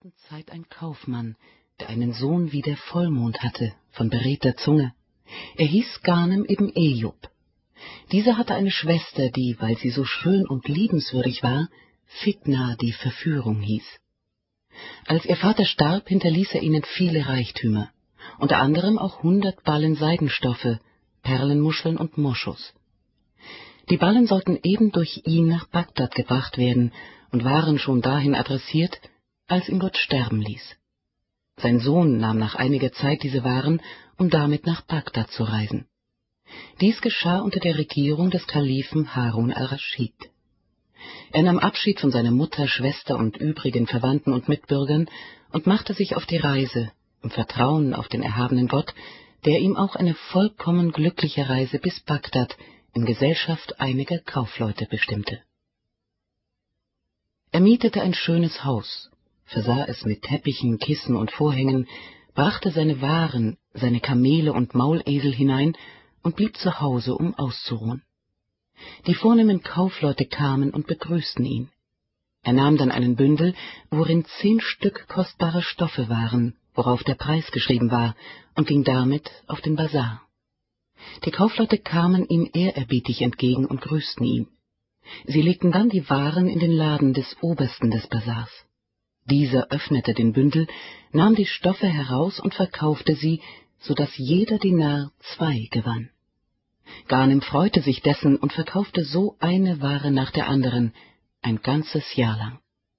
alten Zeit ein Kaufmann, der einen Sohn wie der Vollmond hatte, von beredter Zunge. Er hieß Ganem ibn Ejub. Dieser hatte eine Schwester, die, weil sie so schön und liebenswürdig war, Fitna, die Verführung, hieß. Als ihr Vater starb, hinterließ er ihnen viele Reichtümer, unter anderem auch 100 Ballen Seidenstoffe, Perlenmuscheln und Moschus. Die Ballen sollten eben durch ihn nach Bagdad gebracht werden und waren schon dahin adressiert, als ihn Gott sterben ließ. Sein Sohn nahm nach einiger Zeit diese Waren, um damit nach Bagdad zu reisen. Dies geschah unter der Regierung des Kalifen Harun al-Raschid. Er nahm Abschied von seiner Mutter, Schwester und übrigen Verwandten und Mitbürgern und machte sich auf die Reise, im Vertrauen auf den erhabenen Gott, der ihm auch eine vollkommen glückliche Reise bis Bagdad in Gesellschaft einiger Kaufleute bestimmte. Er mietete ein schönes Haus, versah es mit Teppichen, Kissen und Vorhängen, brachte seine Waren, seine Kamele und Maulesel hinein und blieb zu Hause, um auszuruhen. Die vornehmen Kaufleute kamen und begrüßten ihn. Er nahm dann einen Bündel, worin 10 Stück kostbare Stoffe waren, worauf der Preis geschrieben war, und ging damit auf den Basar. Die Kaufleute kamen ihm ehrerbietig entgegen und grüßten ihn. Sie legten dann die Waren in den Laden des Obersten des Basars. Dieser öffnete den Bündel, nahm die Stoffe heraus und verkaufte sie, so dass jeder Dinar 2 gewann. Ganem freute sich dessen und verkaufte so eine Ware nach der anderen, ein ganzes Jahr lang.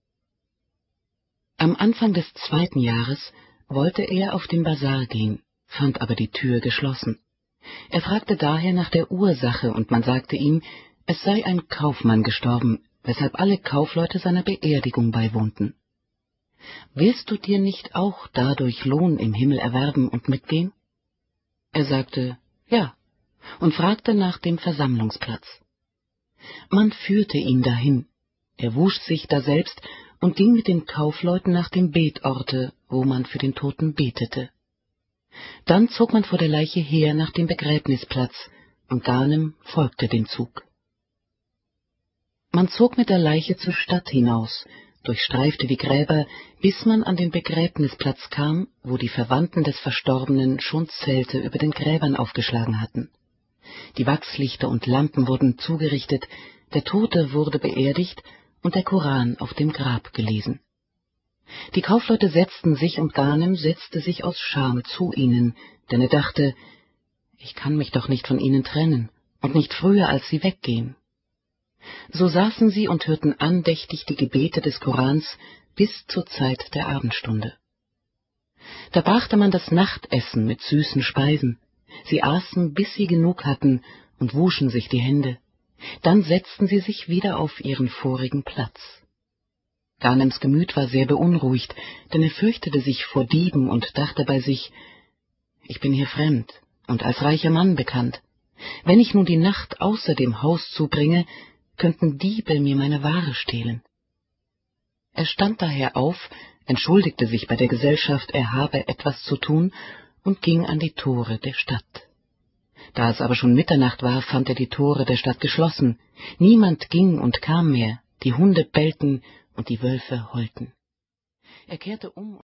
Am Anfang des 2. Jahres wollte er auf den Basar gehen, fand aber die Tür geschlossen. Er fragte daher nach der Ursache, und man sagte ihm, es sei ein Kaufmann gestorben, weshalb alle Kaufleute seiner Beerdigung beiwohnten. »Willst du dir nicht auch dadurch Lohn im Himmel erwerben und mitgehen?« Er sagte, »Ja«, und fragte nach dem Versammlungsplatz. Man führte ihn dahin. Er wusch sich daselbst und ging mit den Kaufleuten nach dem Betorte, wo man für den Toten betete. Dann zog man vor der Leiche her nach dem Begräbnisplatz, und Ganem folgte dem Zug. Man zog mit der Leiche zur Stadt hinaus, durchstreifte die Gräber, bis man an den Begräbnisplatz kam, wo die Verwandten des Verstorbenen schon Zelte über den Gräbern aufgeschlagen hatten. Die Wachslichter und Lampen wurden zugerichtet, der Tote wurde beerdigt und der Koran auf dem Grab gelesen. Die Kaufleute setzten sich, und Ganem setzte sich aus Scham zu ihnen, denn er dachte, ich kann mich doch nicht von ihnen trennen, und nicht früher, als sie weggehen. So saßen sie und hörten andächtig die Gebete des Korans bis zur Zeit der Abendstunde. Da brachte man das Nachtessen mit süßen Speisen. Sie aßen, bis sie genug hatten, und wuschen sich die Hände. Dann setzten sie sich wieder auf ihren vorigen Platz. Ganems Gemüt war sehr beunruhigt, denn er fürchtete sich vor Dieben und dachte bei sich, ich bin hier fremd und als reicher Mann bekannt. Wenn ich nun die Nacht außer dem Haus zubringe, könnten Diebe mir meine Ware stehlen. Er stand daher auf, entschuldigte sich bei der Gesellschaft, er habe etwas zu tun, und ging an die Tore der Stadt. Da es aber schon Mitternacht war, fand er die Tore der Stadt geschlossen. Niemand ging und kam mehr, die Hunde bellten und die Wölfe heulten. Er kehrte um